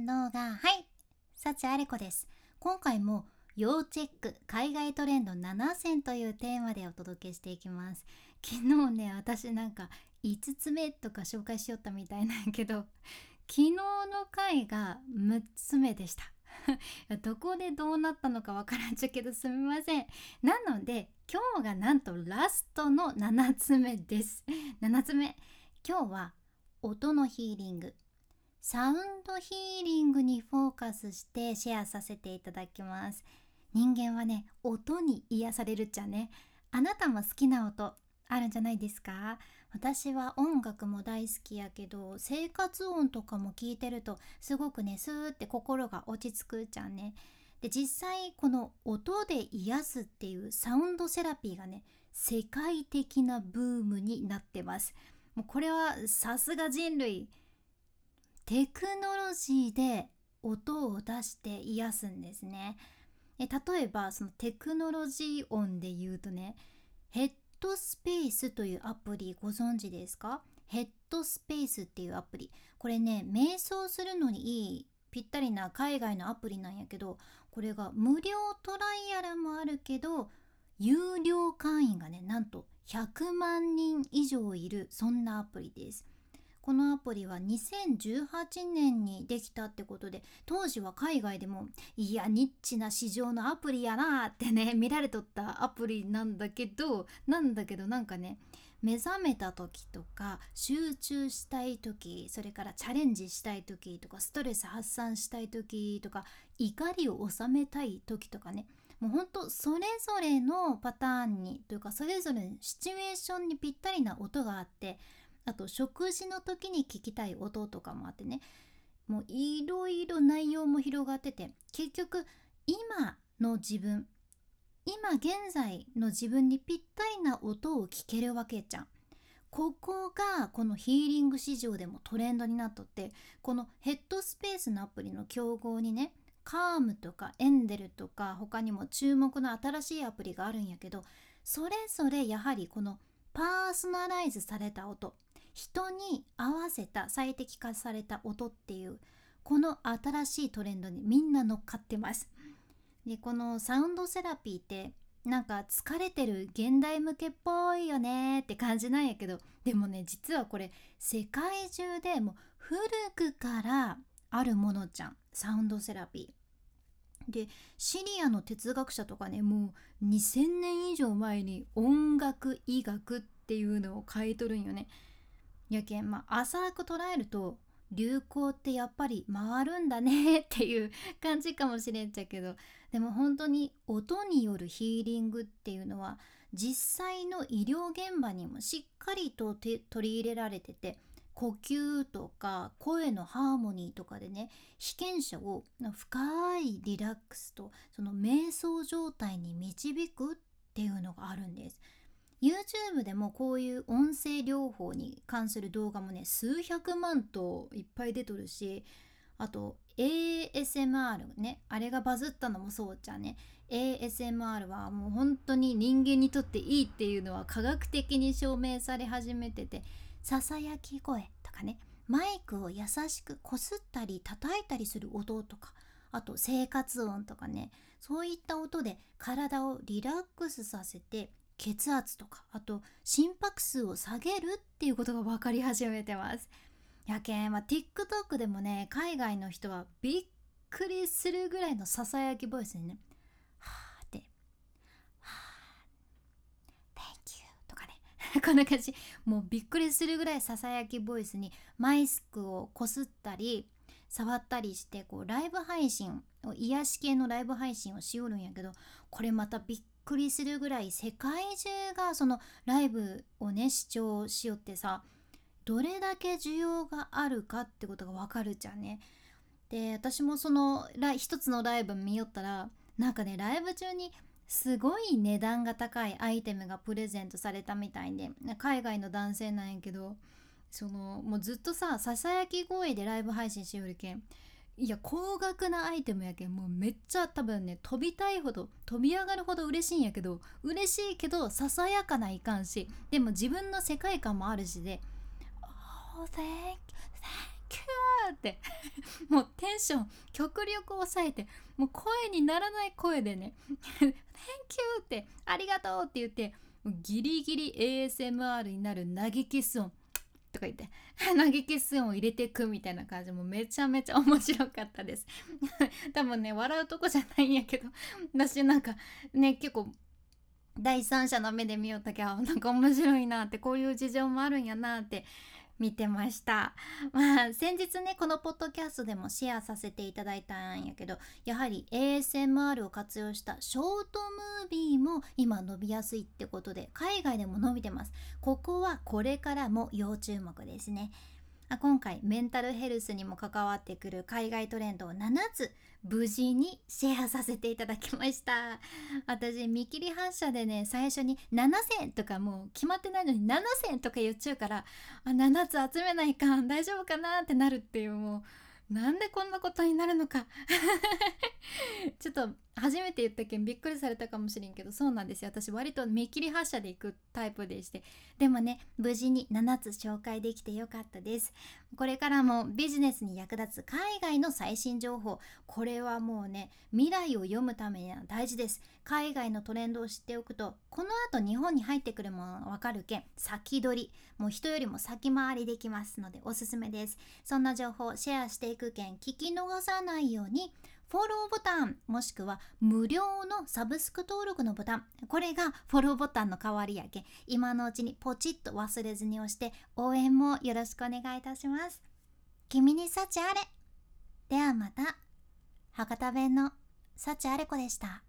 動画、はい、幸あれ子です。今回も要チェック海外トレンド7選というテーマでお届けしていきます。昨日ね、私なんか5つ目とか紹介しよったみたいなんやけど、昨日の回が6つ目でした。どこでどうなったのかわからんちゃけどすみません。なので今日がなんとラストの7つ目です。7つ目、今日は音のヒーリング、サウンドヒーリングにフォーカスしてシェアさせていただきます。人間はね、音に癒されるっちゃね。あなたも好きな音あるんじゃないですか？私は音楽も大好きやけど、生活音とかも聞いてるとすごくね、スーって心が落ち着くっちゃね。で、実際この音で癒すっていうサウンドセラピーがね、世界的なブームになってます。もうこれはさすが人類、テクノロジーで音を出して癒すんですね。例えばそのテクノロジー音で言うとね、ヘッドスペースというアプリご存知ですか？ヘッドスペースっていうアプリ、これね、瞑想するのにいいぴったりな海外のアプリなんやけど、これが無料トライアルもあるけど、有料会員がね、なんと100万人以上いる、そんなアプリです。このアプリは2018年にできたってことで、当時は海外でもいやニッチな市場のアプリやなってね、見られとったアプリなんだけどなんかね、目覚めた時とか集中したい時、それからチャレンジしたい時とか、ストレス発散したい時とか、怒りを収めたい時とかね、もうほんとそれぞれのパターンにというか、それぞれのシチュエーションにぴったりな音があって、あと食事の時に聞きたい音とかもあってね、もういろいろ内容も広がってて、結局今の自分、今現在の自分にぴったりな音を聞けるわけじゃん。ここがこのヒーリング市場でもトレンドになっとって、このヘッドスペースのアプリの競合にね、カームとかエンデルとか他にも注目の新しいアプリがあるんやけど、それぞれやはりこのパーソナライズされた音、人に合わせた最適化された音っていう、この新しいトレンドにみんな乗っかってます。で、このサウンドセラピーってなんか疲れてる現代向けっぽいよねって感じなんやけど、でもね、実はこれ世界中でもう古くからあるものじゃん、サウンドセラピーで。シリアの哲学者とかね、もう2000年以上前に音楽医学っていうのを書いとるんよね。やけん、浅く捉えると、流行ってやっぱり回るんだねっていう感じかもしれんちゃけど、でも本当に音によるヒーリングっていうのは実際の医療現場にもしっかりと取り入れられてて、呼吸とか声のハーモニーとかでね、被験者を深いリラックスとその瞑想状態に導くっていうのがあるんです。YouTube でもこういう音声療法に関する動画もね、数百万といっぱい出とるし、あと ASMR ね、あれがバズったのもそうじゃね。 ASMR はもう本当に人間にとっていいっていうのは科学的に証明され始めてて、ささやき声とかね、マイクを優しくこすったり叩いたりする音とか、あと生活音とかね、そういった音で体をリラックスさせて、血圧とか、あと心拍数を下げるっていうことが分かり始めてます。やけん、TikTok でもね、海外の人はびっくりするぐらいのささやきボイスにね、はーって、はー Thank you とかねこんな感じ、もうびっくりするぐらいささやきボイスにマイクをこすったり触ったりして、こうライブ配信、癒し系のライブ配信をしよるんやけど、これまたびっくりするぐらい世界中がそのライブをね、視聴しよってさ、どれだけ需要があるかってことがわかるじゃんね。で、私もその一つのライブ見よったら、なんかね、ライブ中にすごい値段が高いアイテムがプレゼントされたみたいで、海外の男性なんやけど、そのもうずっとささやき声でライブ配信しよるけん、いや高額なアイテムやけん、もうめっちゃ多分ね、飛びたいほど飛び上がるほど嬉しいんやけど、嬉しいけどささやかないかんし、でも自分の世界観もあるしで、Oh thank you キャーってもうテンション極力抑えて、もう声にならない声でね「Thank you」って「ありがとう」って言って、ギリギリ ASMR になる投げキス音とか言って投げキス音を入れていくみたいな感じもめちゃめちゃ面白かったです多分ね笑うとこじゃないんやけど、私なんかね結構第三者の目で見よったけど、なんか面白いなって、こういう事情もあるんやなって見てました。先日ねこのポッドキャストでもシェアさせていただいたんやけど、やはり ASMR を活用したショートムービーも今伸びやすいってことで、海外でも伸びてます。ここはこれからも要注目ですね。今回メンタルヘルスにも関わってくる海外トレンドを7つ無事にシェアさせていただきました。私見切り発車でね最初に7000とかもう決まってないのに7000とか言っちゃうから、7つ集めないかん大丈夫かなってなるっていう、もうなんでこんなことになるのかちょっと初めて言ったけんびっくりされたかもしれんけど、そうなんですよ。私割と見切り発車で行くタイプでして、でもね無事に7つ紹介できてよかったです。これからもビジネスに役立つ海外の最新情報、これはもうね未来を読むためには大事です。海外のトレンドを知っておくと、この後日本に入ってくるものがわかるけん先取り、もう人よりも先回りできますのでおすすめです。そんな情報をシェアしていくけん聞き逃さないようにフォローボタンもしくは無料のサブスク登録のボタン、これがフォローボタンの代わりやけん、今のうちにポチッと忘れずに押して応援もよろしくお願いいたします。君に幸あれ。ではまた。博多弁の幸あれ子でした。